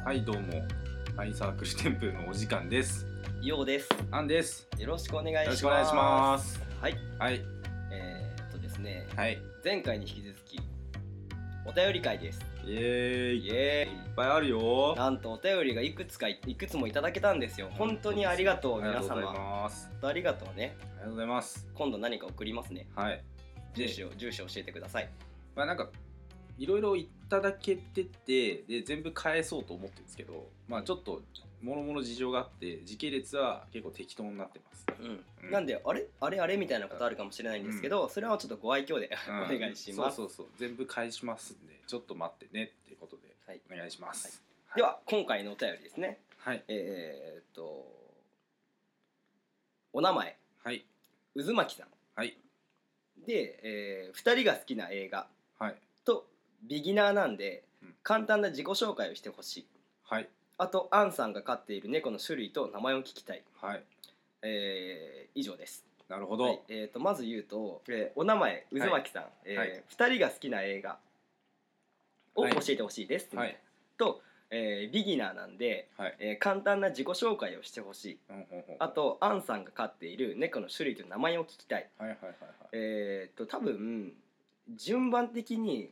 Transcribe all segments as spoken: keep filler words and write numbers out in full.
はいどうもアイサークルテンプルのお時間です。 ようです。 アンです。 よろしくお願いします。 よろしくお願いします。 はいはいえー、っとですね、 はい、 前回に引き続きお便り会です。 イエーイ。 イエーイ。 いっぱいあるよ。 なんとお便りがいくつかいくつもいただけたんですよ。本当にありがとう。皆様ありがとうございます。 ありがとうね。 ありがとうございます。 今度何か送りますね。 はい。 住所住所教えてください。 まあなんかいろいろいただけててで全部返そうと思ってるんですけど、まあちょっともろもろ事情があって時系列は結構適当になってます。 うんうん、 なんであれあれあれみたいなことあるかもしれないんですけど、うん、それはちょっとご愛嬌で、うん、お願いします。 そうそうそう、全部返しますんでちょっと待ってねっていうことでお願いします。 はいはい、では今回のお便りですね。 はい。 えー、っとお名前、 はい、 渦巻さん。 はい。 で、えー、ふたりが好きな映画、 はい、 とビギナーなんで、うん、簡単な自己紹介をしてほしい。 はい。 あとアンさんが飼っている猫の種類と名前を聞きたい。 はい。 えー、以上です。 なるほど。 はい、えー、とまず言うと、えー、お名前渦巻さん、はい、えーはい、ふたりが好きな映画を教えてほしいです、はい、と、えー、ビギナーなんで、はい、えー、簡単な自己紹介をしてほしい、うんうんうん、あとアンさんが飼っている猫の種類と名前を聞きたい。はいはいはいはい、えー、と多分順番的に、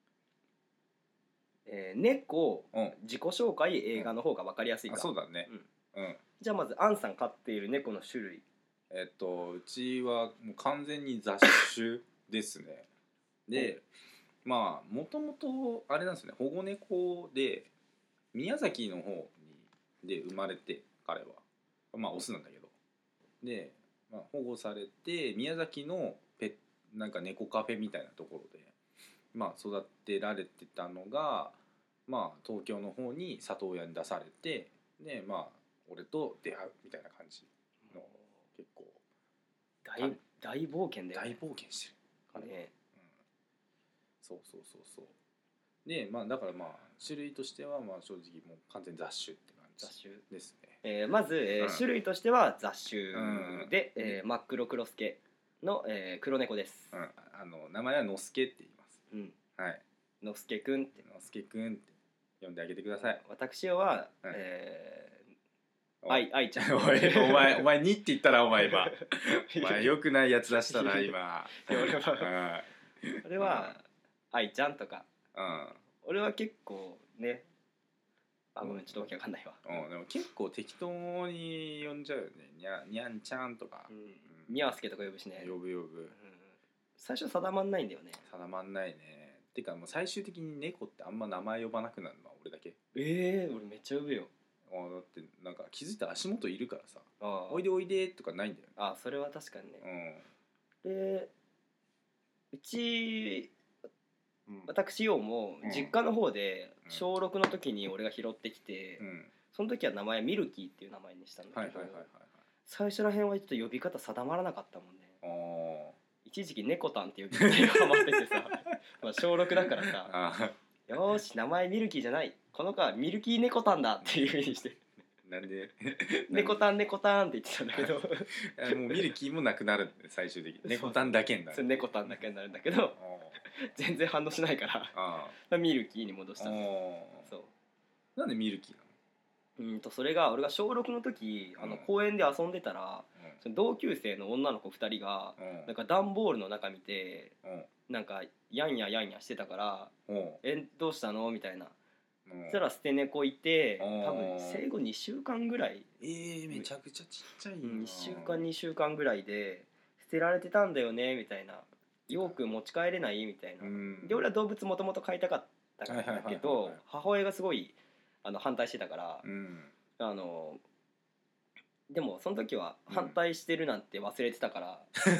えー、猫、うん、自己紹介映画の方が分かりやすいか、うん、 そうだね、うんうん、 じゃあまずアンさん飼っている猫の種類。 えっとうちはもう完全に雑種ですね。でまあもともとあれなんですね、保護猫で宮崎の方にで生まれて、彼はまあオスなんだけどで、まあ、保護されて宮崎のペなんか猫カフェみたいなところでまあ育てられてたのが、まあ東京の方に里親に出されてでまあ俺と出会うみたいな感じの結構大, 大冒険だよね。大冒険してるね、うん、 そうそうそうそうでまあだからまあ種類としてはまあ正直もう完全雑種って感じ雑種ですね。 えー、まず、えーうん、種類としては雑種で、うんえー、真っ黒黒助の、えー、黒猫です、 うん、あの名前はのすけって言います、うん、はい、 のすけくんってのすけくんって呼んであげてください。 私は、うんえーあい、あいちゃん。 お前、お前、お前にって言ったらお前今。お前良くないやつ出したな今。 俺は、俺はあいちゃんとか。うん。俺は結構ね。あ、ごめんちょっとわけわかんないわ。 うん、でも結構適当に呼んじゃうよね。にゃ、にゃんちゃんとか。うん。 にゃーすけとか呼ぶしね。 呼ぶ呼ぶ。うん。 最初定まんないんだよね。 定まんないね。てかもう最終的に猫ってあんま名前呼ばなくなるのは俺だけ。 ええー、俺めっちゃ呼ぶよ。 あだってなんか気づいたら足元いるからさ「おいでおいで」とかないんだよね。 あそれは確かにね、うん、でうち、うん、私ようも実家の方で小ろくの時に俺が拾ってきて、うん、その時は名前ミルキーっていう名前にしたんだけど、最初らへんはちょっと呼び方定まらなかったもんね。あ一時期猫タンって呼び方にハマっててさまあ小ろくだからさよーし名前ミルキーじゃないこの子はミルキー猫タンだっていう風にしてなんで猫タン猫タンって言ってたんだけどもうミルキーもなくなるんで最終的に猫タンだけになる。 猫タンだけになるんだけど全然反応しないからミルキーに戻したの。 そうなんでミルキーなの？ うんとそれが俺が小ろくの時あの公園で遊んでたら、うん、その同級生の女の子ふたりが、うん、なんか段ボールの中見て、うん、なんかやんややんやしてたから「えどうしたの?」みたいな。そしたら捨て猫いて多分生後にしゅうかんぐらいえー、めちゃくちゃちっちゃいな。 いっしゅうかんにしゅうかんぐらいで捨てられてたんだよねみたいな。よく持ち帰れないみたいな。で俺は動物もともと飼いたかったんだけど母親がすごいあの反対してたから、うん、あのでもその時は反対してるなんて忘れてたから、うん、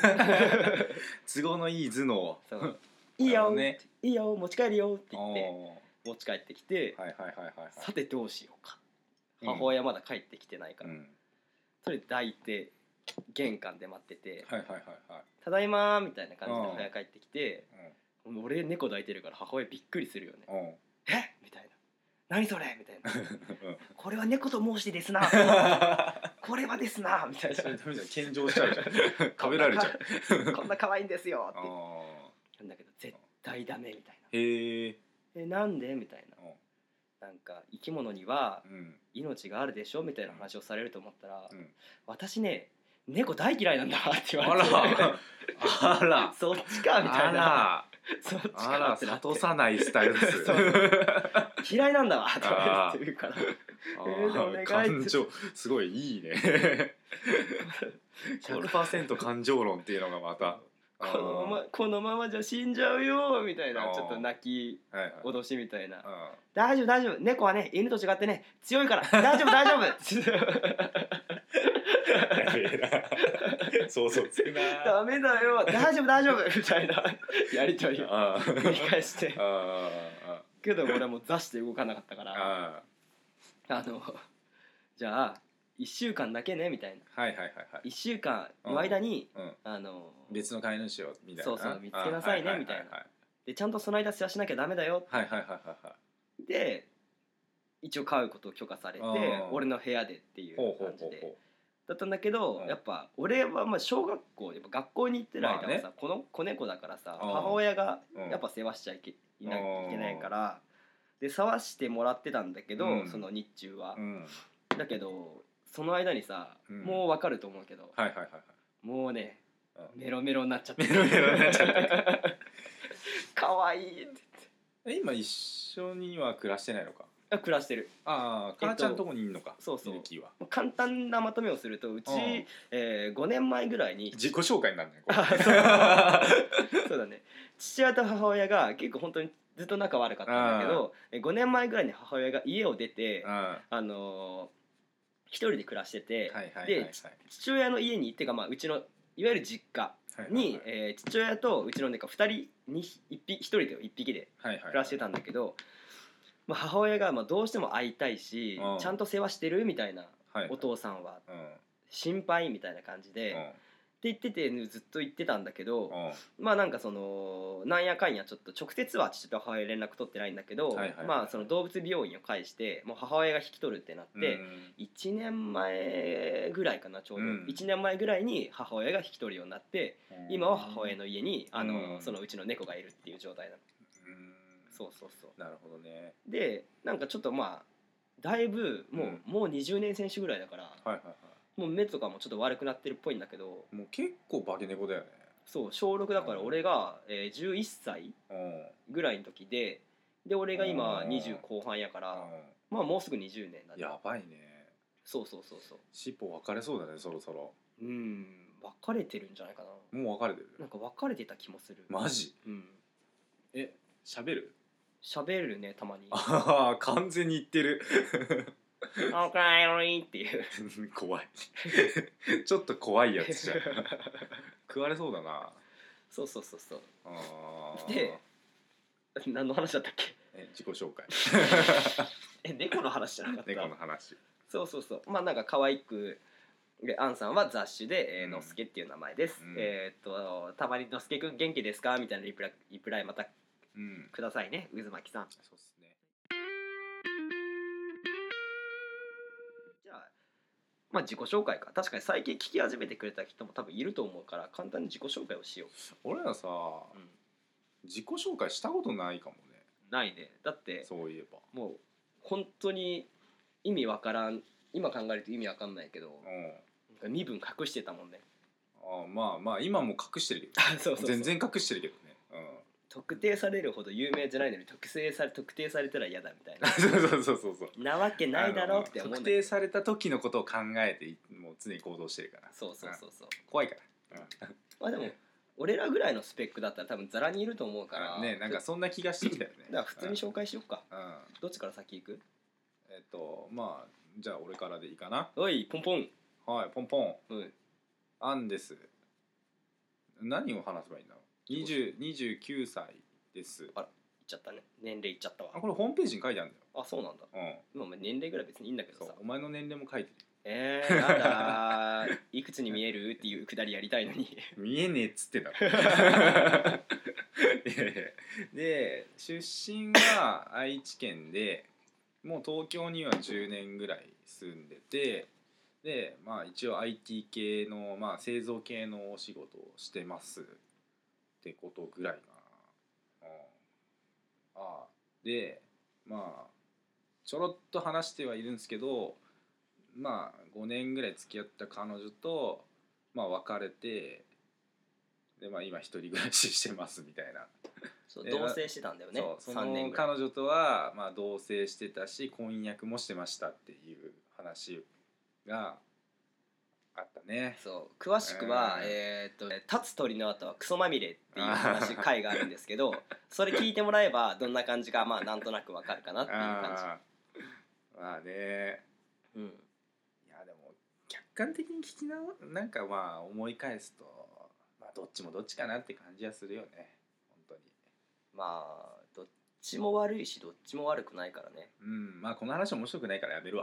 都合のいい頭脳そういいよ、ね、いいよ持ち帰るよって言って持ち帰ってきて、さてどうしようか、うん、母親まだ帰ってきてないから、うん、それで抱いて玄関で待ってて、はいはいはいはい、ただいまみたいな感じで母親帰ってきて、うん、俺猫抱いてるから母親びっくりするよね、うん、えみたいな何それみたいなこれは猫と申してですなこれはですなみたいな献上しちゃうじゃん食べられちゃうこんな可愛いんですよってなんだけど絶対ダメみたいな。へええなんでみたいな。 なんか生き物にはうん命があるでしょみたいな話をされると思ったら、 うん私ね猫大嫌いなんだわって言わあれてらあらそっちかみたあいならそっちあらかってなって諭さないスタイルですそう嫌いなんだわとか言ってるからあえーお願いー感情すごいいいねひゃくパーセント 感情論っていうのがまたこのままこのままじゃ死んじゃうよみたいなあーちょっと泣きはいはい脅しみたいなあ大丈夫大丈夫猫はね犬と違ってね強いから大丈夫大丈夫やべえな想像つくなダメだよ大丈夫大丈夫みたいなやりとりをあー繰り返してあーけど俺はもう座して動かなかったからああのじゃあいっしゅうかんだけねみたいなーはいはいはいはいいっしゅうかんの間にうんあの別の飼い主をみたいなそうそう見つけなさいねあーみたいなははでちゃんとその間世話しなきゃダメだよはいはいはいはいはいで一応飼うことを許可されてあー俺の部屋でっていうほうほう感じでほうほだったんだけど、 うんやっぱ俺はまあ小学校やっぱ学校に行ってる間はさ、 まあねこの子猫だからさうん母親がうんやっぱ世話しちゃいけいなきうんゃいけないからで世話してもらってたんだけど、 うんその日中はう、うんだけどその間にさ、 うんもうわかると思うけど、 はいはいはいはいもうねうんメロメロになっちゃってメロメロになっちゃってかわいいってえ今一緒には暮らしてないのかあ暮らしてる。 ああ母ちゃんとこにいんのかそうそうミルキーは簡単なまとめをするとうち、 うんえー、ごねんまえぐらいに自己紹介になるねこれあそうそうだね父親と母親が結構本当にずっと仲悪かったんだけどえーごねんまえぐらいに母親が家を出てうんはあのー一人で暮らしてて、 いはいはいはいで父親の家にっていうかまあうちのいわゆる実家に、えー父親とうちの猫ふたりにいっぴきひとりといっぴきではいはい暮らしてたんだけど、まあ、母親がまあどうしても会いたいし、 うんちゃんと世話してるみたいなはいお父さんはうん心配みたいな感じで、 うんって言っててずっと言ってたんだけど、 うんまあなんかそのなんやかんやちょっと直接は父と母親連絡取ってないんだけど、 はいはいはいまあその動物病院を介してもう母親が引き取るってなって、 うんいちねんまえぐらいかなちょうど、 うんいちねんまえぐらいに母親が引き取るようになって今は母親の家にあの、 うんそのうちの猫がいるっていう状態なの。 うんそうそうそうなるほどねでなんかちょっとまあだいぶもう,、 うんもうにじゅうねん選手ぐらいだから、 はいはいはもう目とかもちょっと悪くなってるっぽいんだけどいもう結構化け猫だよねそう小ろくだから俺が、えー、じゅういっさいうんぐらいの時でで俺が今うんにじゅう後半やからうまあもうすぐにじゅうねんだねんやばいねそうそうそうそう尻尾分かれそうだねそろそろうん別れてるんじゃないかなもう分かれてるなんか別れてた気もするマジうんえ喋る喋るねたまにああ完全に言ってる 「おかえり」っていう怖いちょっと怖いやつじゃん食われそうだなそうそうそうそうあーで何の話だったっけえ自己紹介え猫の話じゃなかった猫の話そうそうそうまあなんか可愛くでアンさんは雑種で、えーうんのすけっていう名前です、 うんえーっとたまにのすけくん元気ですかみたいなリプライリプライまたうんくださいね渦巻さんそうっすねじゃあまあ自己紹介か確かに最近聞き始めてくれた人も多分いると思うから簡単に自己紹介をしよ俺らさう、うん、 自己紹介したことないかもねないねだってそういえばもう本当に意味わからん今考えると意味わかんないけどうんなんか身分隠してたもんねあまあまあ今も隠してるけどそうそうそう全然隠してるけどね特定されるほど有名じゃないのに特定され特定されたら嫌だみたいなそうそうそうそうそうなわけないだろうって思うんだけど特定された時のことを考えてもう常に行動してるからそうそうそうそう怖いからまあでも俺らぐらいのスペックだったら多分ザラにいると思うからねなんかそんな気がしてきたよねだから普通に紹介しよっか、 うん、うんどっちから先行くえっとまあじゃあ俺からでいいかなおいポンポンはいポンポンうんアンです何を話せばいいんだろうにじゅう、にじゅうきゅうさいです言っちゃったね年齢言っちゃったわあこれホームページに書いてあるんあそうなんだだよまあまあ年齢ぐらい別にいいんだけうんそうどさお前の年齢も書いてるえー、やだーいくつに見えるっていうくだりやりたいのに見えねえっつってたで出身は愛知県でもう東京にはじゅうねんぐらい住んでてでまあ一応 アイティー 系の、まあ、製造系のお仕事をしてますってことぐらいかな、うん、あでまあちょろっと話してはいるんですけど、まあごねんぐらい付き合った彼女と、まあ、別れてで、まあ、今一人暮らししてますみたいな。 そう同棲してたんだよね。 そうそさんねんのぐらい彼女とは、まあ、同棲してたし婚約もしてましたっていう話があったね。 そう詳しくは、 うんえーっと立つ鳥の後はクソまみれっていう話回があるんですけどそれ聞いてもらえばどんな感じかまあなんとなくわかるかなっていう感あーまあね、 じ。うんいやでも客観的に聞きななんかまあ思い返すと、まあ、どっちもどっちかなって感じはするよね本当に。 まあどっちも悪いしどっちも悪くないからね。 うんまあこの話面白くないからやめるわ。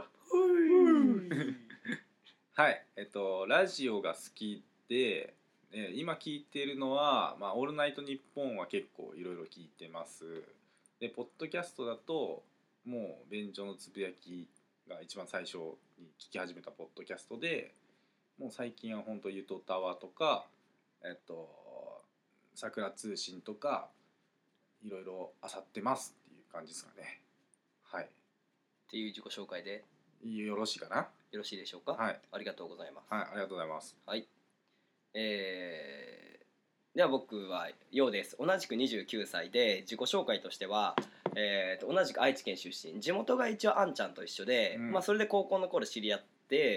はいえっとラジオが好きで、え今聞いてるのは「まあ、オールナイトニッポン」は結構いろいろ聞いてます。でポッドキャストだともう便所のつぶやきが一番最初に聞き始めたポッドキャストで、もう最近は本当ゆとたわとかえっと桜通信とかいろいろ漁ってますっていう感じですかね。はい。 っていう自己紹介でよろしいかな。 よろしいでしょうか。 はい。 ありがとうございます。 はい、ありがとうございます。 はい。えー、では僕はようです。同じくにじゅうきゅうさいで自己紹介としては、えー、と同じく愛知県出身、地元が一応あんちゃんと一緒で、 うんまあ、それで高校の頃知り合って、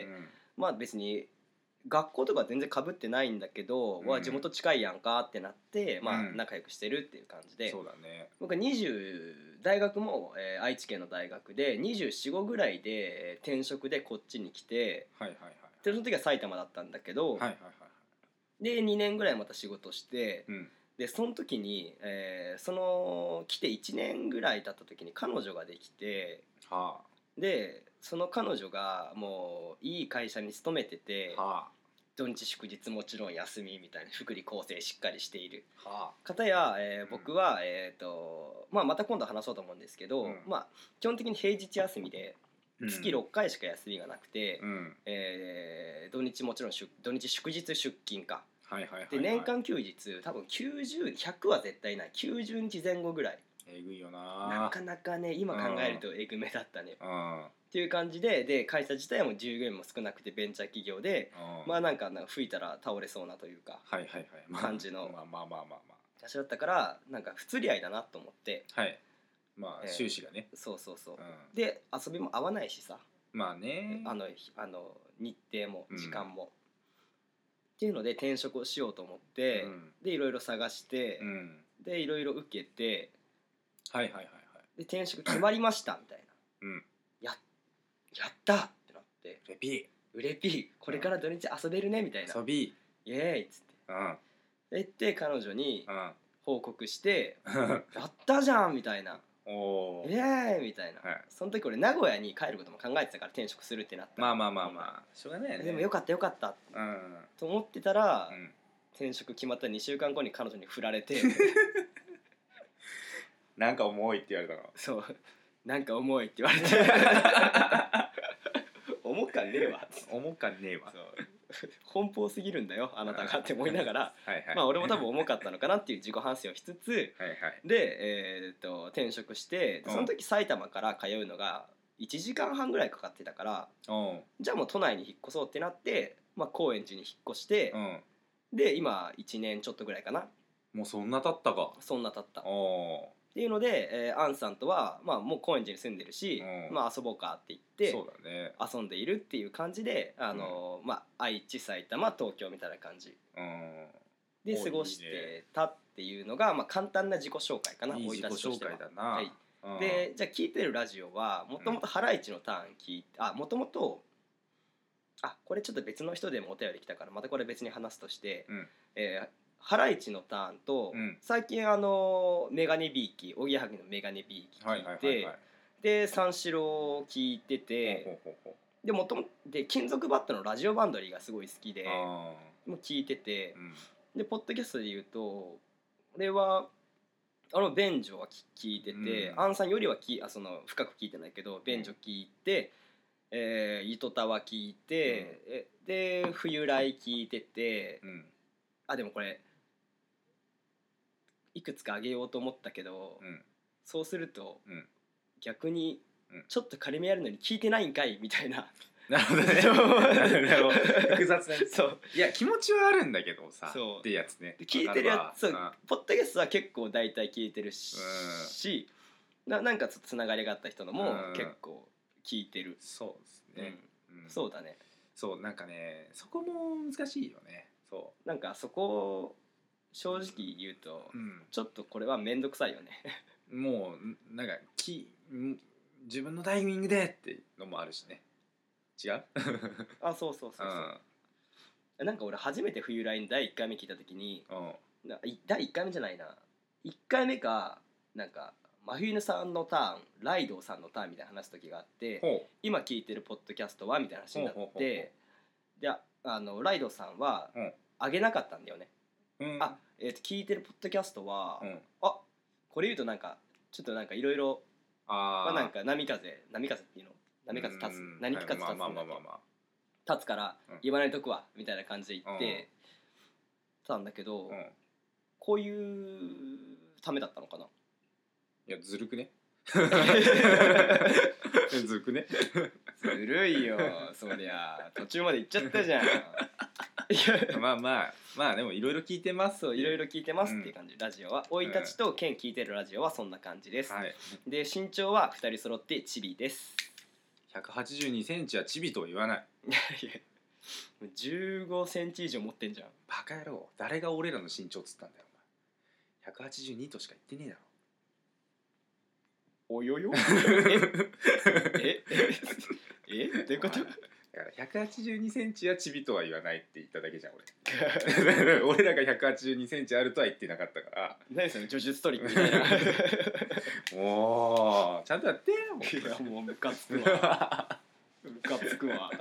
うんまあ別に学校とか全然かぶってないんだけど、 うんわ地元近いやんかってなって、まあうん仲良くしてるっていう感じで、 そうだね。 僕はにじゅう大学も、えー愛知県の大学でにじゅうよん、ごぐらいでえー転職でこっちに来て、 はいはいはい。 でその時は埼玉だったんだけど、 はいはいはいでにねんぐらいまた仕事して、 うんでその時に、えーその来ていちねんぐらい経った時に彼女ができて、 はでその彼女がもういい会社に勤めてて、 あは土日祝日もちろん休みみたいな福利厚生しっかりしているあは方や、えーうん僕は、えーとまあ、また今度話そうと思うんですけど、 うんまあ、基本的に平日休みであ月ろっかいしか休みがなくて、 うんえー土日もちろん出土日祝日出勤かはいはいはいはい。 で年間休日多分きゅうじゅう、ひゃくは絶対ないきゅうじゅうにちぜん後ぐらい、 えぐいよなな。 かなかね今考えるとえぐめだったね、 うんっていう感じでで会社自体も従業員も少なくてベンチャー企業で、 うんまあなんかなんか吹いたら倒れそうなというかはいはいはいまあ感じのまあまあまあまあま私だったからなんか不釣り合いだなと思って、 あはいまあえー収支がね。 そうそうそう、 うんで遊びも合わないしさ、 まあね。 あのあの日程もうん時間も、っていうので転職をしようと思って、 うんでいろいろ探してう、んでいろいろ受けてはいはいはいはい。 で転職決まりましたみたいな、 うんややったってなってレピうれぴーこれから土日遊べるねみたいな、 遊びイエーイっつってうん言って彼女にうん報告してやったじゃんみたいなおおイエーイみたいな、 はいその時俺名古屋に帰ることも考えてたから転職するってなったまあまあまあまあしょうがないよね。 でもよかったよかったうんと思ってたら、 うん転職決まったにしゅうかんごに彼女に振られてなんか重いって言われたの。 そうなんか重いって言われて重かねえわ重かねえわ。 そう奔放すぎるんだよあなたがって思いながらはいはいまあ俺も多分重かったのかなっていう自己反省をしつつはいはいで、えーっと転職してその時埼玉から通うのがいちじかんはんぐらいかかってたからおうじゃあもう都内に引っ越そうってなって、まあ、高円寺に引っ越してうんで今いちねんちょっとぐらいかなもうそんな経ったか。 そんな経ったっおていうので、えーアンさんとは、まあ、もう高円寺に住んでるし、 うんまあ、遊ぼうかって言っおてそうだね。 遊んでいるっていう感じで、あのーまあ、愛知埼玉東京みたいな感じうんでお過ごしてたっていうのが、まあ、簡単な自己紹介かないい自己生い立ちとしては紹介だな。 はいうんでじゃあ聞いてるラジオはもともとハライチのターン聞いてあもともとあこれちょっと別の人でもお便り来たからまたこれ別に話すとして、 うんえーハライチのターンと、 うん最近あのメガネビーキおぎやはぎのメガネビーキ聞はいはいいて、 はいはい。 で三四郎を聞いてて、 ほうほうほうほでもともで金属バットのラジオバンドリーがすごい好きでうあもう聞いててー、うんでポッドキャストで言うと俺はあの便所は聞いてて、 うんアンさんよりはきあその深く聞いてないけど便所聞いて、えー、ゆとたわ聞いて、えで冬来聞いてて、 うんあでもこれいくつかあげようと思ったけど、 うんそうするとうん逆にうん、 ちょっと仮めやるのに聞いてないんかいみたいな。 なるほどね複雑なやつ。そういや気持ちはあるんだけどさってやつね。 聞いてるやつ、ポッドキャストは結構大体聞いてるし、うん、な, なんかつながりがあった人のも結構聞いてる、うん、 そうですね、 うんうん、そうだね。 そうなんかねそこも難しいよね。そうなんかそこ正直言うと、うん、ちょっとこれは面倒くさいよねもうなんかき自分のタイミングでっていうのもあるしね。違うあ、そうそうそうそう、うん、なんか俺初めて冬来のだいいっかいめ聞いた時に、うん、だいいっかいめじゃないないっかいめかなんか真冬さんのターンライドウさんのターンみたいな話す時があって、今聞いてるポッドキャストはみたいな話になって、であのライドウさんはあげなかったんだよね、うん、あ、えー、と聞いてるポッドキャストは、うん、あこれ言うとなんかちょっとなんかいろいろまあなんか波風波風っていうの波風立つ何か立つ立つから言わないとくわみたいな感じで言ってたんだけど、うん、こういうためだったのかな。 いやずるくねずるくねずるいよそりゃ途中まで行っちゃったじゃんまあまあまあでもいろいろ聞いてます。 そういろいろ聞いてますっていう感じ、うん、ラジオは生い立ちとケン聞いてるラジオはそんな感じです、はい、で身長はふたり揃ってチビです。 ひゃくはちじゅうにセンチはチビとは言わないじゅうごセンチ以上持ってんじゃん。 バカ野郎誰が俺らの身長っつったんだよお前。ひゃくはちじゅうにとしか言ってねえだろ。 およよえええどういうこと？ だからひゃくはちじゅうにセンチはチビとは言わないって言っただけじゃん俺俺らがひゃくはちじゅうにセンチあるとは言ってなかったから何その叙述トリックみたいなもうちゃんとやっていやもうムカつくわムカつくわ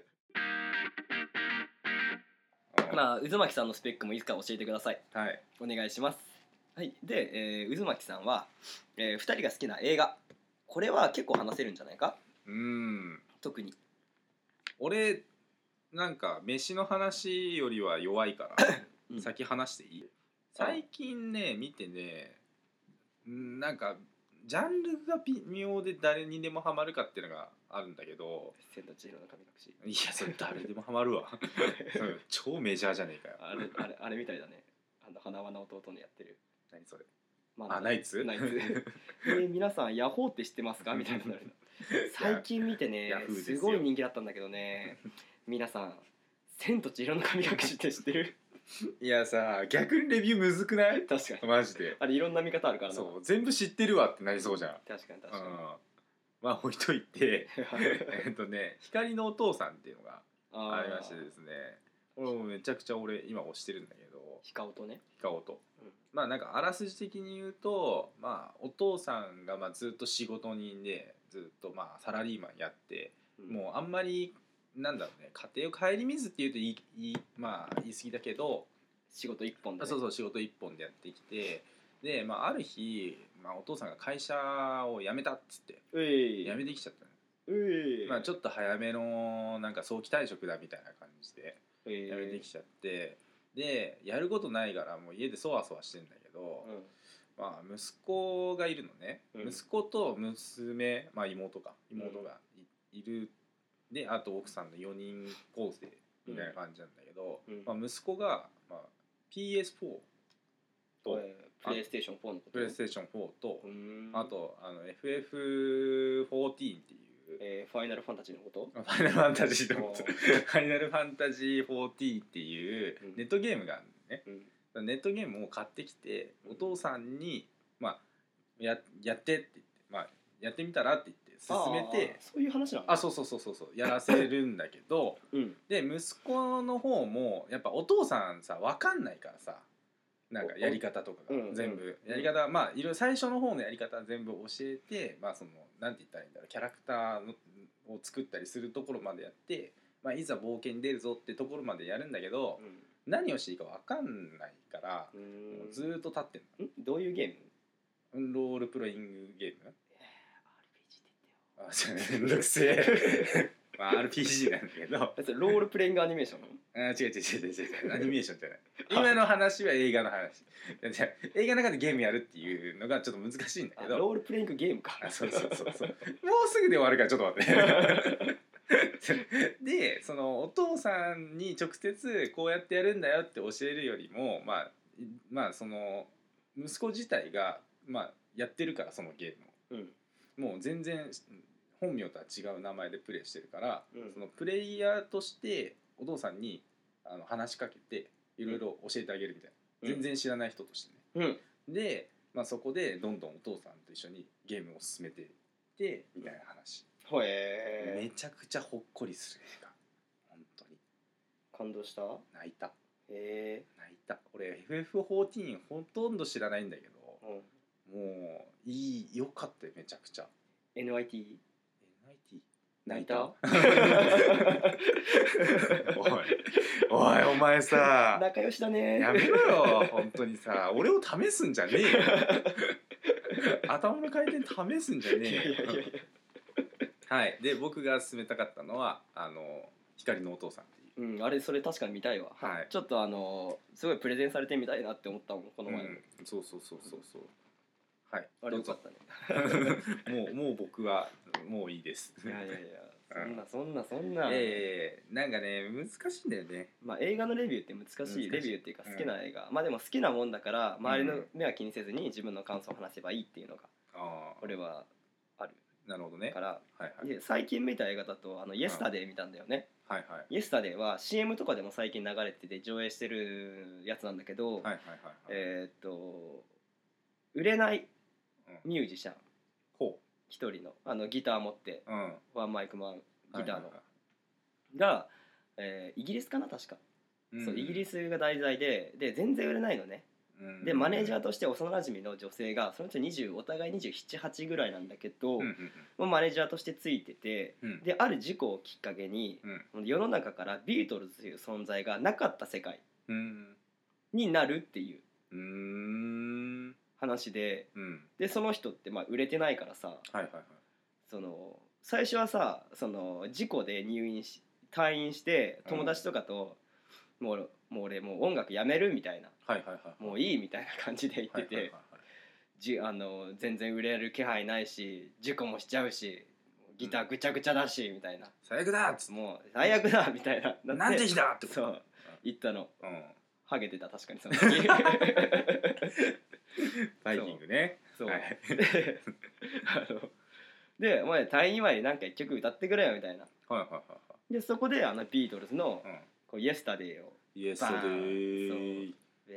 まあ渦巻さんのスペックもいつか教えてください。 はい、 お願いします。はい、で、えー、渦巻さんは、えー、ふたりが好きな映画、これは結構話せるんじゃないか。 うーん特に俺なんか飯の話よりは弱いから、うん、先話していい？最近ね見てねなんかジャンルが微妙で誰にでもハマるかっていうのがあるんだけど、 千と千尋の神隠し。いやそれ誰でもハマるわ超メジャーじゃねえかよ。 あれあれあれみたいだね。あの花輪の弟のやってる。 何それ？まあ、あナイツ？ ナイツ。え皆さんヤホーって知ってますかみたいな。最近見てねすごい人気だったんだけどね。皆さん千と千尋の神隠しって知ってる？ いやさ逆にレビューむずくない？ 確かにマジであれいろんな見方あるからな。 そう全部知ってるわってなりそうじゃん。 確かに確かに、うん、 まあ置いといてえっとね光のお父さんっていうのがありましてですね、これもめちゃくちゃ俺今推してるんだけど、 ヒカオとねヒカオと、うん、まあなんかあらすじ的に言うと、まあお父さんがまあずっと仕事人でずっとまあサラリーマンやって、うん、もうあんまりなんだろうね家庭を顧みずっていうと言いいまあ言い過ぎだけど仕事一本で、ね、 そうそう仕事一本でやってきて、で、まあ、ある日、まあ、お父さんが会社を辞めたっつって辞めてきちゃったの、まあ、ちょっと早めのなんか早期退職だみたいな感じで辞めてきちゃって、でやることないからもう家でそわそわしてんだけど、うん、まあ、息子がいるのね、うん、息子と娘、まあ、妹か妹が い,、うん、いるで、あと奥さんのよにん構成みたいな感じなんだけど、うん、まあ、息子が、まあ、ピーエスフォー と、 えー、プレイステーションフォーのことプレイステーションフォーとあとあの エフエフフォーティーン っていう、 えー、ファイナルファンタジーのことファイナルファンタジーのことファイナルファンタジーフォーティーンっていうネットゲームがあるのね、うん、ネットゲームを買ってきてお父さんに、まあ、や, やってって言って、まあ、やってみたらって言って進めて、 そういう話なの？ あ、そうそうそうそうやらせるんだけど、うん、で息子の方もやっぱお父さんさ分かんないからさ、なんかやり方とかが全部やり方、まあいろいろ最初の方のやり方は全部教えて、まあそのなんて言ったらいいんだろう、キャラクターを作ったりするところまでやって、まあいざ冒険に出るぞってところまでやるんだけど、うん、何をしていいか分かんないから、もうずっと立ってんの。 んどういうゲーム？ロールプレイングゲーム？ アールピージー って言ってよ。 あ、めんどくせえまあ アールピージー なんだけどそれロールプレイングアニメーション？ あ違う違う違う違う違うアニメーションじゃない今の話は映画の話じゃあ映画の中でゲームやるっていうのがちょっと難しいんだけどロールプレイングゲームか。 あそうそうそうそうもうすぐで終わるからちょっと待ってでそのお父さんに直接こうやってやるんだよって教えるよりもまあまあその息子自体がまあやってるからそのゲームを、うん、もう全然本名とは違う名前でプレイしてるから、うん、そのプレイヤーとしてお父さんにあの話しかけていろいろ教えてあげるみたいな、うん、全然知らない人としてね、うん、で、まあ、そこでどんどんお父さんと一緒にゲームを進めていってみたいな話、 うん、へめちゃくちゃほっこりする映画本当に感動した？ 泣いた。 へ泣いた。俺 エフエフフォーティーン ほとんど知らないんだけど、うん、もういいよかったよめちゃくちゃ。 エヌアイティー？ エヌアイティー泣いた？ おいおいお前さ仲良しだね。 やめろよ本当にさ俺を試すんじゃねえよ頭の回転試すんじゃねえよ。いやいやいやはいで僕が勧めたかったのはあの光のお父さんっていう、 うん、あれそれ確かに見たいわ、はい、ちょっとあのすごいプレゼンされてみたいなって思ったもんこの前も、うん、 そうそうそうそうそうはいあれよかったねもうもう僕はもういいです。 いやいやいやそんなそんなそんなええー、なんかね難しいんだよね。 まあ映画のレビューって難しいレビューっていうか好きな映画、うん、まあでも好きなもんだから周りの目は気にせずに自分の感想を話せばいいっていうのが俺はある。 なるほどね。 から、 はいはい、 で最近見た映画だとあのイエスタデイ見たんだよね、 うん、はいはい、 イエスタデイは シーエム とかでも最近流れてて上映してるやつなんだけど、 はいはいはいはい、 えー、っと売れないミュージシャン一、うん、人のあのギター持って、うん、ワンマイクマンギターの、はいはいはい、が、えー、イギリスかな確か、うん、そうイギリスが題材でで全然売れないのね、うん、でマネージャーとして幼馴染の女性がそのうちにじゅうお互いにじゅうなな、はちぐらいなんだけど、うんうんうん、もうマネージャーとしてついてて、うん、である事故をきっかけに、うん、世の中からビートルズという存在がなかった世界になるっていう、うん話で、うん、でその人ってまあ売れてないからさ、はいはいはい、その最初はさその事故で入院し退院して友達とかと、うん、もうもう俺もう音楽やめるみたいな、はいはいはい、もういいみたいな感じで言ってて、はいはいはいはい、じあの全然売れる気配ないし事故もしちゃうしギターぐちゃぐちゃだしみたいな、 最悪だっつってもう最悪だみたいななんて日だってそう、うん、言ったの、うん、ハゲてた確かにその時バイキングねそう、はい、あのでお前退院祝いになんか一曲歌ってくれよみたいな、はいはいはいはい、でそこであのビートルズの、うん、こうイエスタデイをイエスタデイ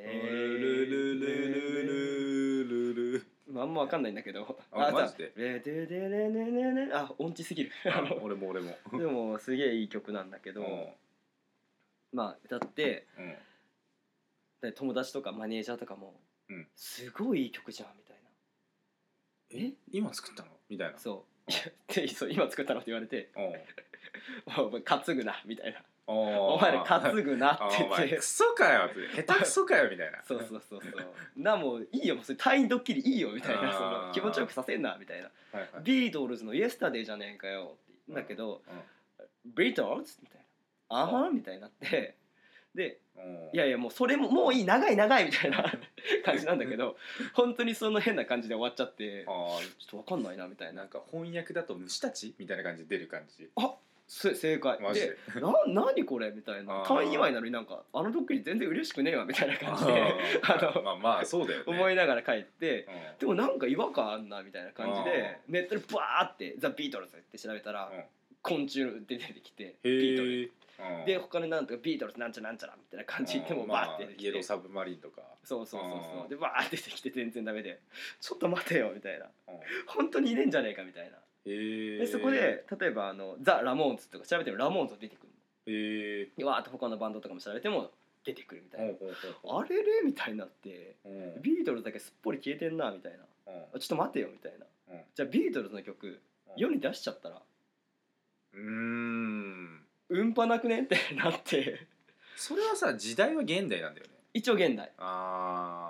あんま分かんないんだけどあマジでレデデレネネネあ音痴すぎる俺も俺もでもすげえいい曲なんだけど、うん、まあ歌って、うん、で友達とかマネージャーとかも、うん、すごいいい曲じゃんみたいなえ今作ったのみたいなそうでそう今作ったのって言われて担ぐなみたいなお前ら担ぐなって言ってクソかよって下手くそかよみたいなそうそうそうそうなもういいよもうそれ退院ドッキリいいよみたいなその気持ちよくさせんなみたいな、はいはい、ビートルズのイエスタデイじゃねえかよって言うんだけど、うんうん、ビートルズみたいなあはんみたいになってでいやいやもうそれももういい長い長いみたいな感じなんだけど本当にその変な感じで終わっちゃってあちょっと分かんないなみたいななんか翻訳だと虫たちみたいな感じで出る感じあ正解でな何これみたいな退院祝いなのになんかあのドッキリ全然嬉しくねえわみたいな感じであのまあまあそうだよね思いながら帰ってでもなんか違和感あんなみたいな感じでネットでバーってザ・ビートルズって調べたら昆虫で出てきてビートルズで他になんとかビートルズなんちゃなんちゃらみたいな感じでもバーって出てきて、 まあ、イエローサブマリンとかそうそうそうそうでバーって出てきて全然ダメでちょっと待てよみたいな本当にいねえんじゃねえかみたいなでそこで例えばあのザ・ラモーンズとか調べてもラモーンズ出てくるのへでわーっと他のバンドとかも調べても出てくるみたいなあれれみたいになってビートルズだけすっぽり消えてんなみたいなちょっと待てよみたいなじゃあビートルズの曲世に出しちゃったらうーんうんぱなくねってなってそれはさ時代は現代なんだよね一応現代あ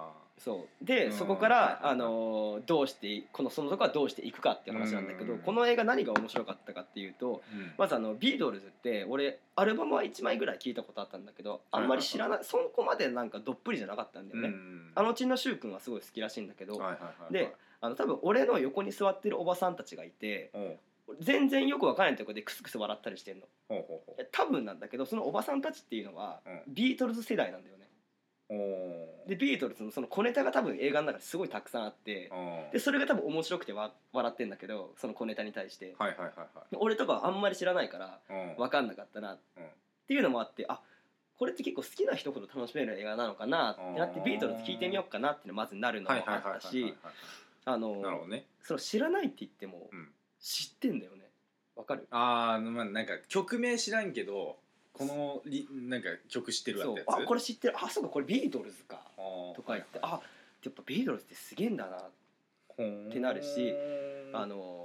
そうで、 うん、 そこから、 はいはいはい、 あのーどうしてこのそのとこはどうしていくかっていう話なんだけど、 うん、 この映画何が面白かったかっていうと、 うん、 まずあのビートルズって俺アルバムはいちまいぐらい聞いたことあったんだけど、あんまり知らない、そこまでなんかどっぷりじゃなかったんだよね、うん、あのちんのしゅうくんはすごい好きらしいんだけど、はいはいはいはい、であの多分俺の横に座ってるおばさんたちがいて、全然よくわからないところでクスクス笑ったりしてんの。ほうほうほう、多分なんだけどそのおばさんたちっていうのは、うん、ビートルズ世代なんだよね。でビートルズのその小ネタが多分映画の中ですごいたくさんあって、でそれが多分面白くてわ笑ってんだけど、その小ネタに対して、はいはいはいはい、俺とかはあんまり知らないから分かんなかったなっていうのもあって、あこれって結構好きな人ほど楽しめる映画なのかなってなって、ビートルズ聴いてみようかなっていうのまずなるのもあったし、あのその知らないって言っても知ってんだよね。わかる？ ああ、まあなんか曲名知らんけどこのリなんか曲知ってるわってやつ。 あこれ知ってる、あそうかこれビートルズかとか言って、はいはい、あやっぱビートルズってすげえんだなってなるし、あの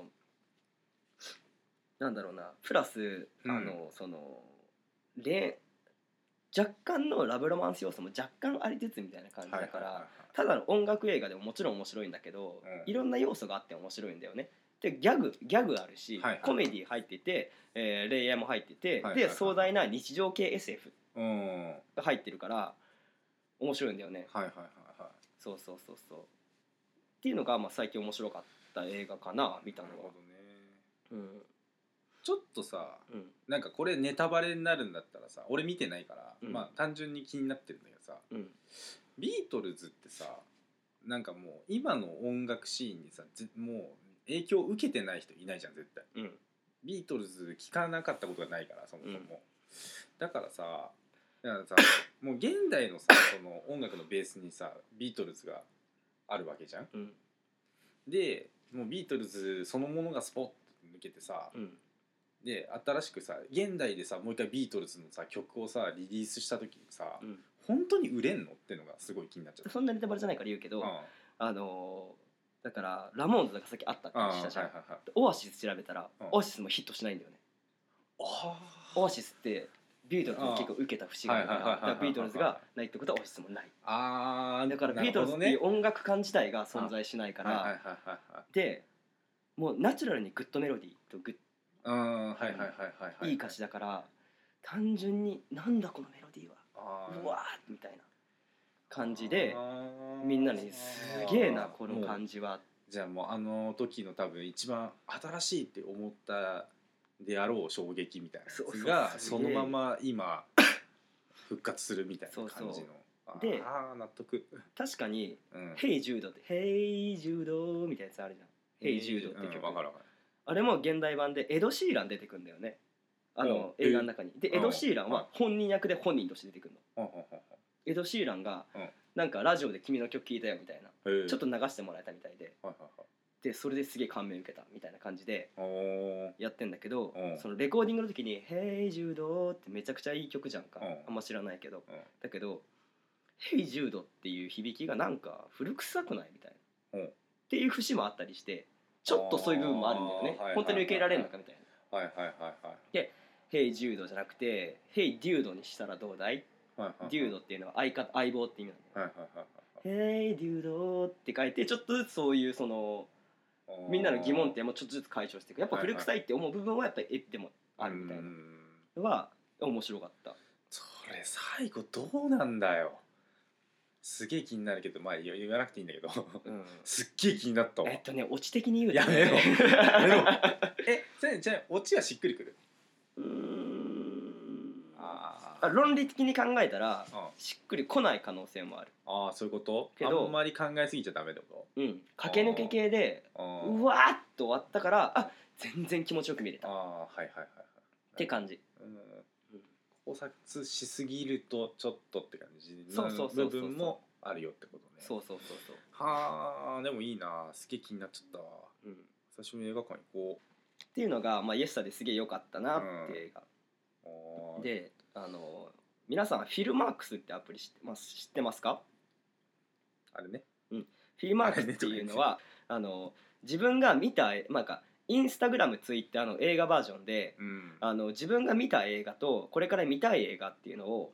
なんだろうな、プラスあの、うん、そのれ若干のラブロマンス要素も若干ありつつみたいな感じだから、ただの音楽映画でももちろん面白いんだけど、うん、いろんな要素があって面白いんだよね。でギャグギャグあるし、はいはい、コメディ入ってて、えー、恋愛も入ってて、はいはいはい、で壮大な日常系 エスエフ が入ってるから面白いんだよね。はいはいはいはい。そうそうそうそう。っていうのが、まあ、最近面白かった映画かな見たのは。なるほどね。うん。 ちょっとさ、うん、なんかこれネタバレになるんだったらさ、俺見てないから、うん、まあ単純に気になってるんだけどさ、うん、ビートルズってさ、なんかもう今の音楽シーンにさ、もう影響を受けてない人いないじゃん絶対、うん、ビートルズ聴かなかったことがないからそもそも、うん、だからさ、だからさもう現代のさその音楽のベースにさビートルズがあるわけじゃん、うん、でもうビートルズそのものがスポッと抜けてさ、うん、で新しくさ現代でさもう一回ビートルズのさ曲をさリリースした時にさ、うん、本当に売れんのってのがすごい気になっちゃった。 そんなネタバレじゃないから言うけど、うん、あのーだからラモーンズがさっきあったって話したじゃん、はいはいはい、オアシス調べたら、うん、オアシスもヒットしないんだよね。オアシスってビートルズに結構受けた節があるからビートルズがないってことはオアシスもない。あだからビートルズっていう音楽感自体が存在しないから、でもうナチュラルにグッドメロディーとグッいい歌詞だから単純になんだこのメロディーはうわーみたいな感じでみんなにすげえなこの感じは。 じゃあもうあの時の多分一番新しいって思ったであろう衝撃みたいなやつがそのまま今復活するみたいな感じの。であ納得。 確かに「ヘイジュード」って「ヘイジュード」みたいなやつあるじゃん。「ヘイジュード」って曲、うん、あれも現代版でエド・シーラン出てくるんだよね、あの映画の中に。でエド・シーランは本人役で本人として出てくるの。エド・シーランがなんかラジオで君の曲聴いたよみたいなちょっと流してもらえたみたいで、でそれですげえ感銘受けたみたいな感じでやってんだけど、そのレコーディングの時に「ヘイジュード」ってめちゃくちゃいい曲じゃんか、あんま知らないけど、だけど「ヘイジュード」っていう響きがなんか古臭くないみたいなっていう節もあったりして、ちょっとそういう部分もあるんだよね。本当に受け入れられるのかみたいな。はいはいはいはい。で「ヘイジュード」じゃなくて「ヘイデュード」にしたらどうだい。デュードっていうのは 相, 方相棒って意味なんだよ。ヘイデュードって書いてちょっとずつそういうそのみんなの疑問点もちょっとずつ解消していく。やっぱ古臭いって思う部分はやっぱり絵でもあるみたいなのは面白かった。 それ最後どうなんだよ。すげえ気になるけどまあ言わなくていいんだけど、うん、すっげえ気になったわ。 えっとねオチ的に言うと、 ね、やめろやめろえそれじゃあオチはしっくりくる。うーんあ論理的に考えたらしっくりこない可能性もある。 ああそういうこと。けどあんまり考えすぎちゃダメってこと。 うん駆け抜け系でうわーっと終わったからあ全然気持ちよく見れた。ああはいはいはいはいって感じ。うん考察しすぎるとちょっとって感じの部分もあるよってことね。そうそうそうそう。はあでもいいなすげえ気になっちゃったわ。うん久しぶりに映画館行こうっていうのがまあイエスタですげえ良かったなって映画、うん、であの皆さんフィルマークスってアプリ知ってます知ってますか。あれね、うん、フィルマークスっていうのはあの自分が見たまあかインスタグラムツイッターの映画バージョンで、うん、あの自分が見た映画とこれから見たい映画っていうのを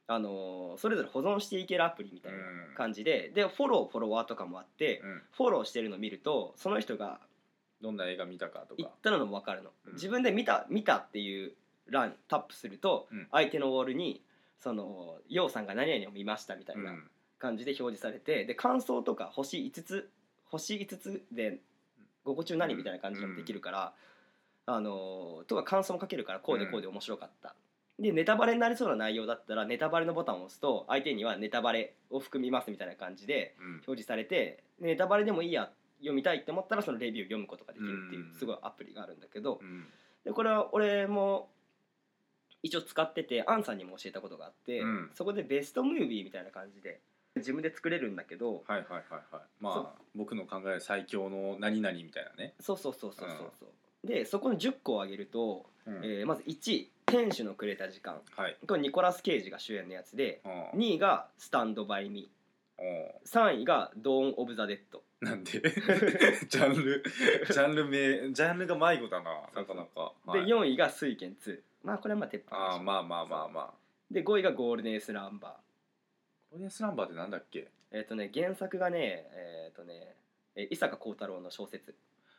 あのーそれぞれ保存していけるアプリみたいな感じで、でフォローフォロワーとかもあって、 うん、 フォローしてるのを見るとその人がどんな映画見たかとか言ったのも分かるの、 うん自分で見た見たっていう欄タップすると、 うん相手のウォールにそのようさんが何々を見ましたみたいなうん感じで表示されて、で感想とか星いつつ星いつつでごこ中何みたいな感じでもできるから、あのとか感想も書けるからこうでこうで面白かった、でネタバレになりそうな内容だったらネタバレのボタンを押すと相手にはネタバレを含みますみたいな感じでうん表示されて、ネタバレでもいいや読みたいって思ったらそのレビューを読むことができるっていうすごいアプリがあるんだけど、 うんでこれは俺も一応使っててアンさんにも教えたことがあって、 うんそこでベストムービーみたいな感じで自分で作れるんだけど、 はいはいはいはいまあ僕の考える最強の何々みたいなねそうそうそうそうそうそう、でそこにじゅっこを挙げると、 うんえーまずいちい天使のくれた時間、 はいこれニコラス・ケイジが主演のやつで、 うんにいがスタンド・バイ・ミおー、さんいがドーン・オブ・ザ・デッド。 なんでジャンルジャンル名ジャンルが迷子だななかなかで、 はいよんいが水拳ツー、まあこれはまあ鉄板でしょ。 あーまあまあまあまあでごいがゴールデンスランバー。 ゴールデンスランバーってなんだっけえっ、とね原作がねえっ、とねえ伊坂幸太郎の小説。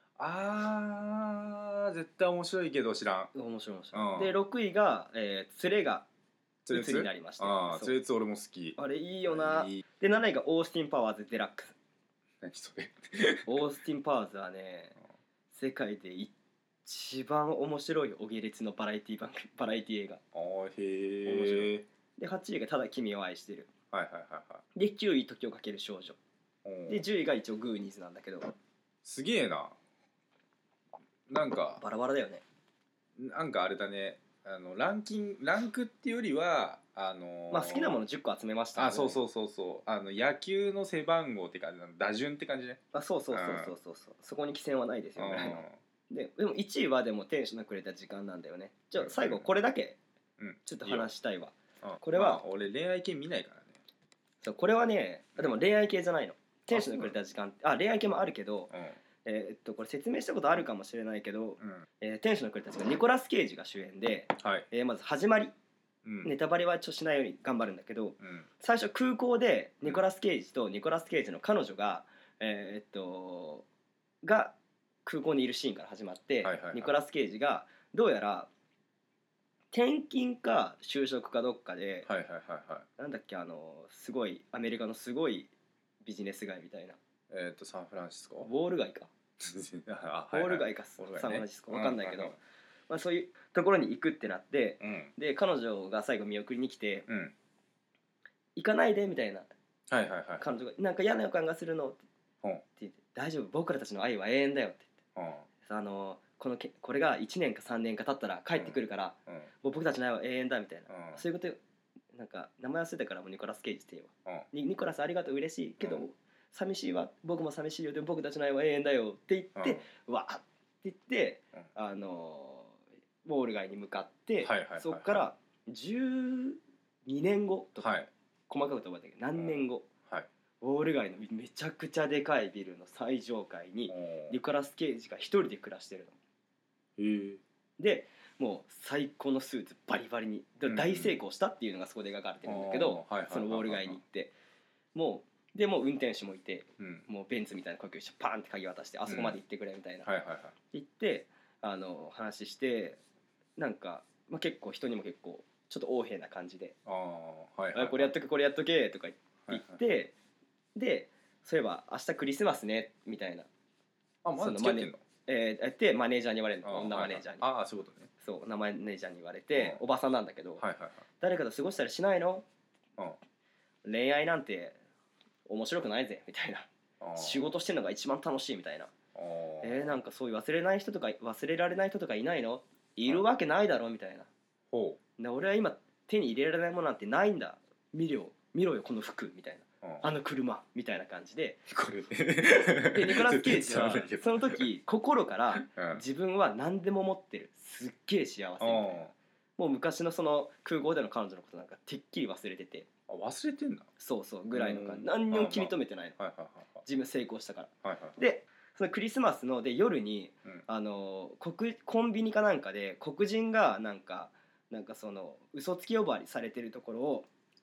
あー絶対面白いけど知らん面白い面白い、 うんでろくいが、えー、連れがつれつ鬱になりました。そうああつれつ俺も好きあれいいよな。 いいでなないがオースティン・パワーズ・デラックス。 何それオースティン・パワーズはね世界で一番面白いお下劣のバラエティ番組バラエティ映画あーへ面白えで、はちいがただ君を愛してる。 はいはいはいはいできゅうい時をかける少女おーでじゅういが一応グーニーズなんだけどすげえななんかバラバラだよね。 なんかあれだねあのランキングランクっていうよりはあのーまあ好きなものじゅっこ集めましたあそうそううそうそうあの野球の背番号っていうか打順って感じねあそうそうそうそうそうそうそこに寄せはないですよぐらいのででもいちいはでも天使のくれた時間なんだよね。じゃあ最後これだけうんちょっと話したいわ。 うんこれはまあ俺恋愛系見ないからねそうこれはねでも恋愛系じゃないの。天使のくれた時間あ恋愛系もあるけど、えーっとこれ説明したことあるかもしれないけど、 うんうんえー天使のくれた時間ニコラス・ケイジが主演で、 はいえーまず始まりうんネタバレはちょっとしないように頑張るんだけど、 うん最初空港でニコラス・ケイジとニコラス・ケイジの彼女が、えーっとが空港にいるシーンから始まって、 はいはいはいニコラス・ケイジがどうやら転勤か就職かどっかで、 はいはいはいはいなんだっけあのすごいアメリカのすごいビジネス街みたいなえっとサンフランシスコウォール街かあウォール街かウォール街ねサンフランシスコわかんないけど、 うんまあ、そういうところに行くってなってうんで彼女が最後見送りに来てうん行かないでみたいなはいはいはい彼女がなんか嫌な予感がするのってうん言って大丈夫僕らたちの愛は永遠だよってうん言ってあのこのけこれがいちねんかさんねんか経ったら帰ってくるから、 うんもう僕たちの愛は永遠だみたいな、 うんそういうことなんか名前忘れたからもうニコラス・ケイジって言えばうんニニコラスありがとう嬉しいけど、 うん寂しいわ僕も寂しいよでも僕たちの愛は永遠だよって言って、わーって言って、 うんあのウォール街に向かって、 はいはいはいはいそこからじゅうにねんごとか、 はい細かく覚えたけど何年後、 はいウォール街のめちゃくちゃでかいビルの最上階にニコラス・ケイジが一人で暮らしてるのへえでもう最高のスーツバリバリにでうん大成功したっていうのがそこで描かれてるんだけど、 あーはいはいはいはいそのウォール街に行ってもうでもう運転手もいてうんもうベンツみたいな呼吸してパーンって鍵渡してあそこまで行ってくれみたいな、 はいはいはい行ってあの話してなんか、まあ、結構人にも結構ちょっと横柄な感じでああはい 「あこれやっとけこれやっとけ」とか言って、 はいでそういえば明日クリスマスねみたいな、 あまだその付き合ってんのえー、やってマネージャーに言われるあーの女マネージャーに、 はいはいああそういうことねそう女マネージャーに言われて、 うんおばさんなんだけど、 はいはいはい誰かと過ごしたりしないのうん恋愛なんて面白くないぜみたいなあー仕事してるのが一番楽しいみたいなあーえー、なんかそういう忘れない人とか忘れられない人とかいないのいるわけないだろみたいなほで俺は今手に入れられないものなんてないんだ見ろよ見ろよこの服みたいなううんあの車みたいな感じでこれでニコラス・ケイジは全然伝わらないけどその時心からうん自分は何でも持ってるすっげえ幸せみたいなもう昔のその空港での彼女のことなんかてっきり忘れててあ忘れてんだそうそうぐらいの感うんじ何にも気に留めてないのはいはいはい自分成功したからはいはいはいでそのクリスマスので夜にうんあの黒コンビニかなんかで黒人がなんかなんかその嘘つき呼ばわりされてるところを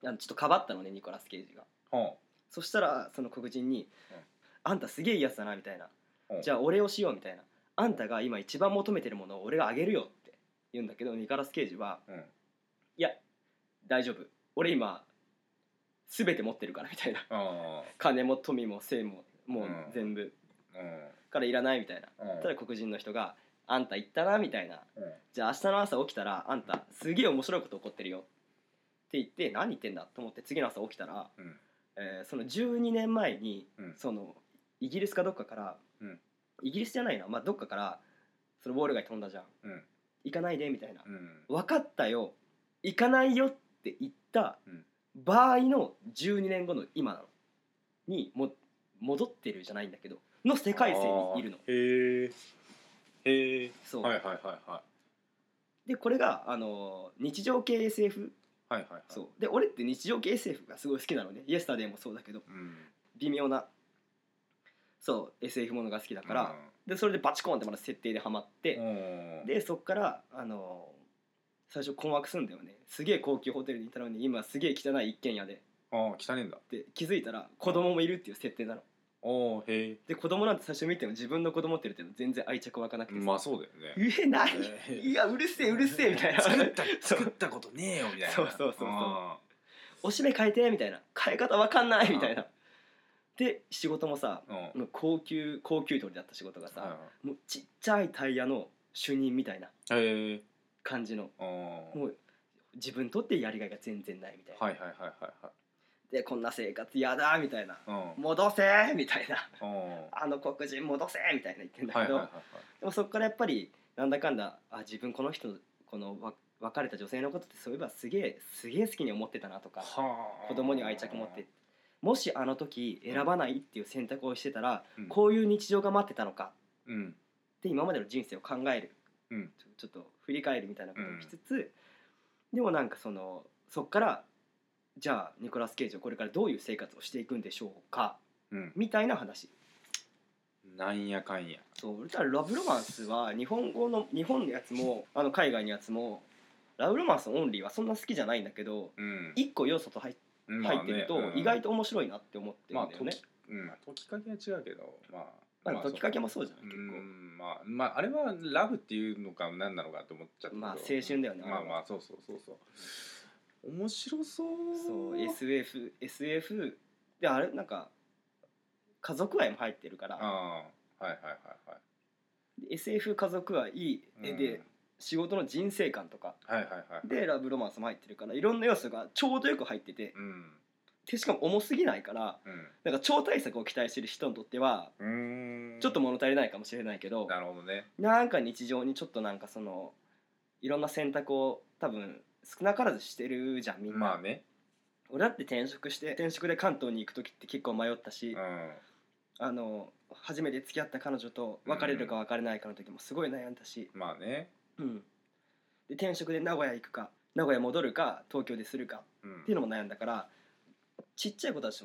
あのちょっとかばったのねニコラス・ケイジが。 はそしたらその黒人にうん 「あんたすげえいいやつだな」みたいなうん 「じゃあお礼をしよう」みたいな「あんたが今一番求めてるものを俺があげるよ」って言うんだけどニコラス・ケイジはうん 「いや大丈夫俺今全て持ってるから」みたいなあ金も富も性ももう全部ーうんからいらないみたいな。 うんただ黒人の人が「あんた言ったな」みたいなうん 「じゃあ明日の朝起きたらあんたすげえ面白いこと起こってるよ」って言って何言ってんだと思って次の朝起きたら、 うんえーそのじゅうにねんまえにうんそのイギリスかどっかから、 うんイギリスじゃないな、まあ、どっかからそのウォール街飛んだじゃんうん行かないでみたいな、 うん分かったよ行かないよって言ったうん場合のじゅうにねんごの今なのにも戻ってるじゃないんだけどの世界線にいるの。 へえへえそう、 はいはいはいはいでこれがあの日常系 エスエフ。 はいはいはいそうで俺って日常系 エスエフ がすごい好きなのね。イエスタデーもそうだけどうん微妙なそう エスエフ ものが好きだから、 うんでそれでバチコーンってまだ設定でハマって、 うんでそっからあの最初困惑するんだよね。すげえ高級ホテルにいたのに今すげえ汚い一軒家でああ汚ねえんだで気づいたら子供もいるっていう設定なの。 おーへで子供なんて最初見ても自分の子供って言っても全然愛着湧かなくてさえまあそうだよねえ何、 えーいやうるせえうるせえみたいな作ったそう作ったことねえよみたいなそうそうそうそうあおしめ変えてみたいな変え方わかんないみたいな。で仕事もさーうんもう高級高級取りだった仕事がさ、 はもうちっちゃいタイヤの主任みたいないへえ感じのあーもう自分にとってやりがいが全然ないみたいな、 はいはいはいはいはいでこんな生活やだみたいなうん戻せみたいなうんあの黒人戻せみたいな言ってんだけど、 はいはいはいはいでもそこからやっぱりなんだかんだあ自分この人このわ別れた女性のことってそういえばすげえすげえ好きに思ってたなとかはあ子供に愛着持ってもしあの時選ばないっていう選択をしてたら、 うんこういう日常が待ってたのかうんって今までの人生を考えるうんちょちょっと振り返るみたいなことをしつつ、でもなんかそのそっからじゃあニコラス・ケイジはこれからどういう生活をしていくんでしょうかうんみたいな話。 なんやかんやそう俺たらラブロマンスは日本語の日本のやつもあの海外のやつもラブロマンスオンリーはそんな好きじゃないんだけどうん一個要素と入っ入ってると意外と面白いなって思ってるまあんだよね。 時うんまあ時かけは違うけどまあまあまあ時かけもそうじゃんう結構。 んまあまああれはラブっていうのか何なのかって思っちゃったけどまあ青春だよねまああれはまあそうそうそうそう面白そうそう エスエフ エスエフ であれなんか家族愛も入ってるからああはいはいはいはいエスエフ 家族愛うんで仕事の人生観とかはいはいはいでラブロマンスも入ってるからいろんな要素がちょうどよく入っててうんでしかも重すぎないからうんなんか超大作を期待してる人にとってはうーんちょっと物足りないかもしれないけどなるほどねなんか日常にちょっとなんかそのいろんな選択を多分少なからずしてるじゃんみんな、 まあね俺だって転職して転職で関東に行く時って結構迷ったし、 うんあの初めて付き合った彼女と別れるか別れないかの時もすごい悩んだし、 まあねうん、で転職で名古屋行くか名古屋戻るか東京でするかうんっていうのも悩んだからちっちゃいことはちょ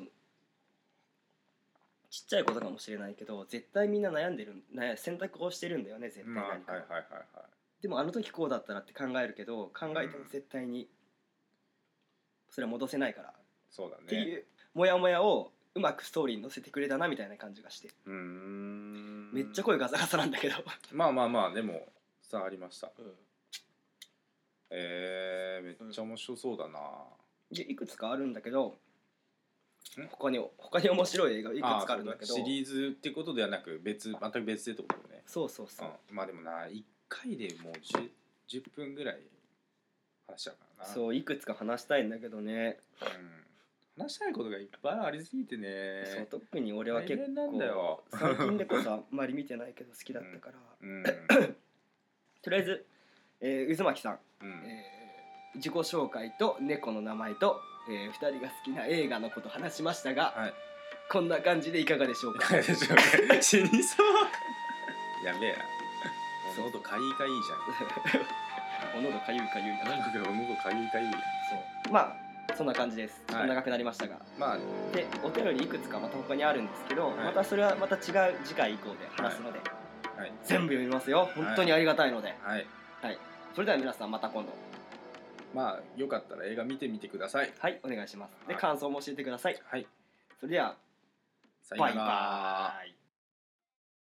ちっちゃいことかもしれないけど絶対みんな悩んでる悩選択をしてるんだよね絶対まあは何か、 いはいはいはいでもあの時こうだったらって考えるけど考えても絶対にそれは戻せないから、 そうだねっていうモヤモヤをうまくストーリーに乗せてくれたなみたいな感じがしてうーんめっちゃ声ガサガサなんだけど、 まあまあまあでも伝わりましたうんえー、めっちゃ面白そうだな、 でいくつかあるんだけどん他に他に面白い映画いくあつかあるんだけどシリーズってことではなく別全く別でってことねそうそうそう、 うん、まあでもないっかいでもう 10, じゅっぷんぐらい話しちゃうからなそういくつか話したいんだけどね、 うん、話したいことがいっぱいありすぎてねそう特に俺は結大変なんだよ構最近でこそあんまり見てないけど好きだったから、 うんとりあえず、えー、渦巻さん、 うんえー自己紹介と猫の名前と、えー、ふたりが好きな映画のこと話しましたが、 はいこんな感じでいかがでしょうか。 でしょうか死にそうやべえなそう喉かゆいかゆいじお喉かゆいかゆいゃんなんか喉かゆいかゆいそうまあそんな感じです、 はい長くなりましたがまあでお便りいくつかまた他にあるんですけど、 はいまたそれはまた違う次回以降で話すので、 はい全部読みますよ本当にありがたいので、 はいはい、それでは皆さんまた今度。 まあよかったら映画見てみてください。 はい、お願いします。で、 はい感想も教えてください。 はい、 それではさよなバイバら。 ーイ。